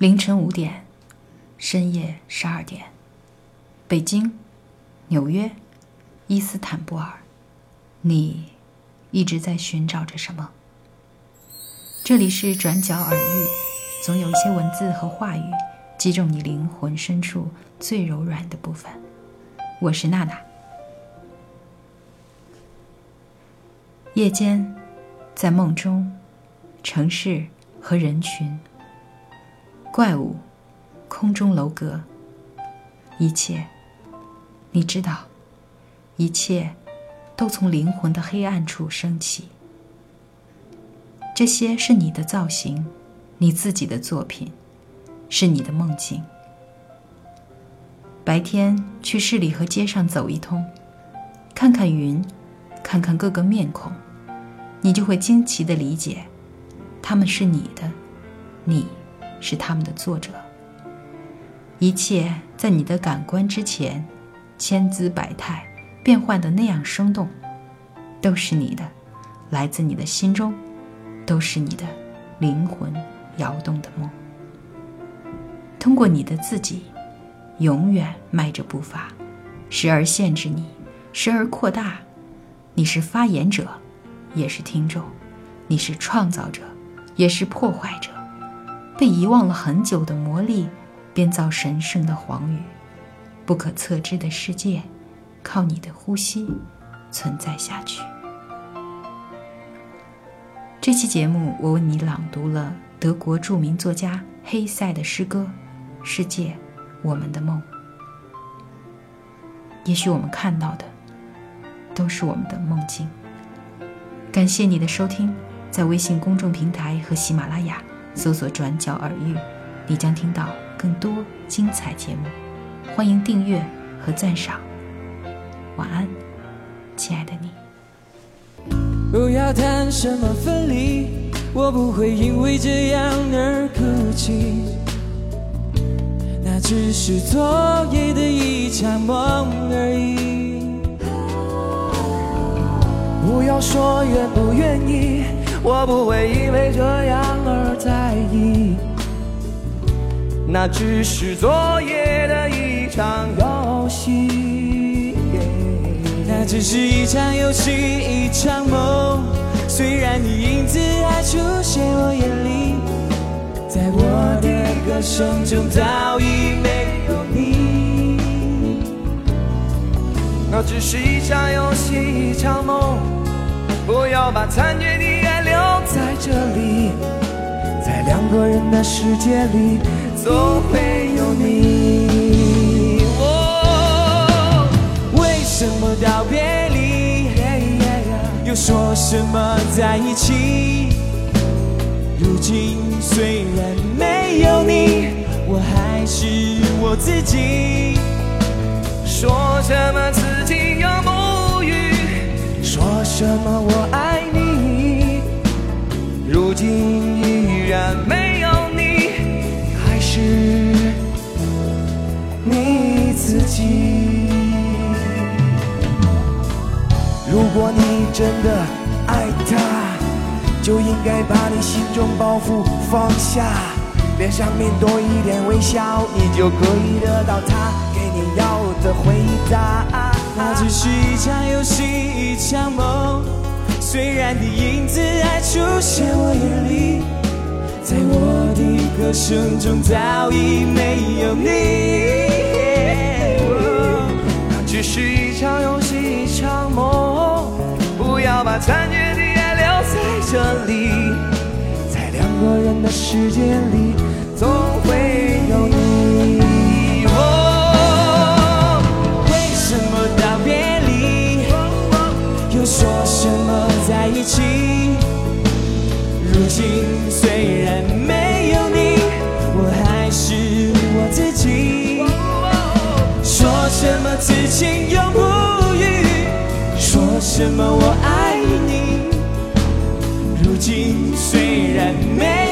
凌晨5点，深夜12点，北京、纽约、伊斯坦布尔，你一直在寻找着什么？这里是转角耳语，总有一些文字和话语击中你灵魂深处最柔软的部分。我是娜娜。夜间，在梦中，城市和人群，怪物，空中楼阁，一切，你知道，一切都从灵魂的黑暗处升起。这些是你的造型，你自己的作品，是你的梦境。白天去市里和街上走一通，看看云，看看各个面孔，你就会惊奇地理解，他们是你的，你是他们的作者。一切在你的感官之前，千姿百态，变换得那样生动，都是你的，来自你的心中，都是你的灵魂摇动的梦。通过你的自己，永远迈着步伐，时而限制你，时而扩大。你是发言者，也是听众，你是创造者，也是破坏者。被遗忘了很久的魔力，编造神圣的谎语。不可测知的世界，靠你的呼吸存在下去。这期节目我为你朗读了德国著名作家黑塞的诗歌《世界，我们的梦》。也许我们看到的都是我们的梦境。感谢你的收听，在微信公众平台和喜马拉雅搜索转角耳语，你将听到更多精彩节目。欢迎订阅和赞赏。晚安，亲爱的你。 不要谈什么分离，我不会因为这样而哭泣，那只是昨夜的一场梦而已。不要说愿不愿意，我不会因为这样而在意，那只是昨夜的一场游戏，那只是一场游戏，一场梦。虽然你影子还出现我眼里，在我的歌声中早已没有你，那只是一场游戏，一场梦。不要把残缺的爱留在这里，在两个人的世界里总会有你。为什么道别离，又说什么在一起？如今虽然没有你，我还是我自己。说什么此情永不渝，说什么我爱你，如今依然没有你，还是你自己。如果你真的爱他，就应该把你心中包袱放下，脸上面多一点微笑，你就可以得到他给你要的回答。那只是一场游戏，一场梦。虽然你影子还出现我眼里，在我的歌声中早已没有你。那只是一场游戏，一场梦。不要把残缺的爱留在这里，在两个人的世界里总会有你。为什么道别离，又说什么在一起？如今虽然没有你，我还是我自己。说什么此情永不渝，说什么我爱你，如今虽然没